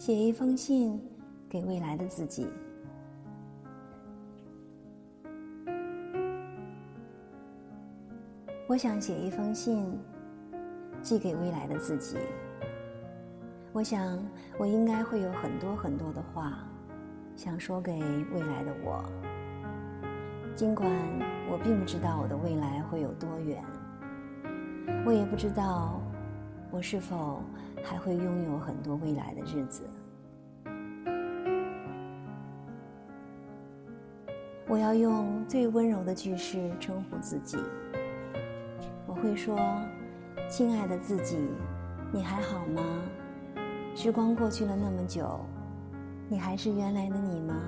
写一封信给未来的自己。我想写一封信寄给未来的自己。我想我应该会有很多很多的话想说给未来的我，尽管我并不知道我的未来会有多远，我也不知道我是否还会拥有很多未来的日子。我要用最温柔的句式称呼自己，我会说：亲爱的自己，你还好吗？时光过去了那么久，你还是原来的你吗？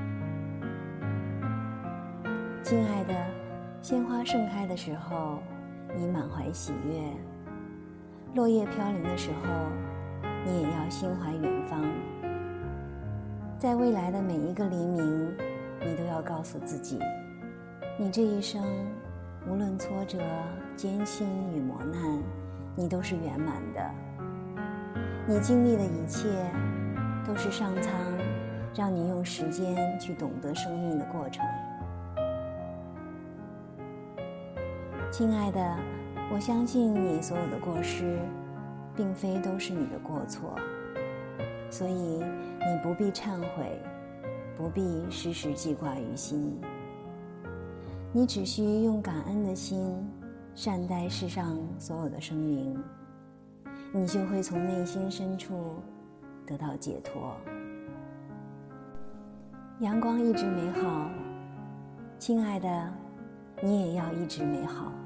亲爱的，鲜花盛开的时候，你满怀喜悦；落叶飘零的时候，你也要心怀远方。在未来的每一个黎明，你都要告诉自己，你这一生无论挫折、艰辛与磨难，你都是圆满的。你经历的一切都是上苍让你用时间去懂得生命的过程。亲爱的，我相信你所有的过失并非都是你的过错，所以你不必忏悔，不必时时记挂于心。你只需用感恩的心善待世上所有的生灵，你就会从内心深处得到解脱。阳光一直美好，亲爱的，你也要一直美好。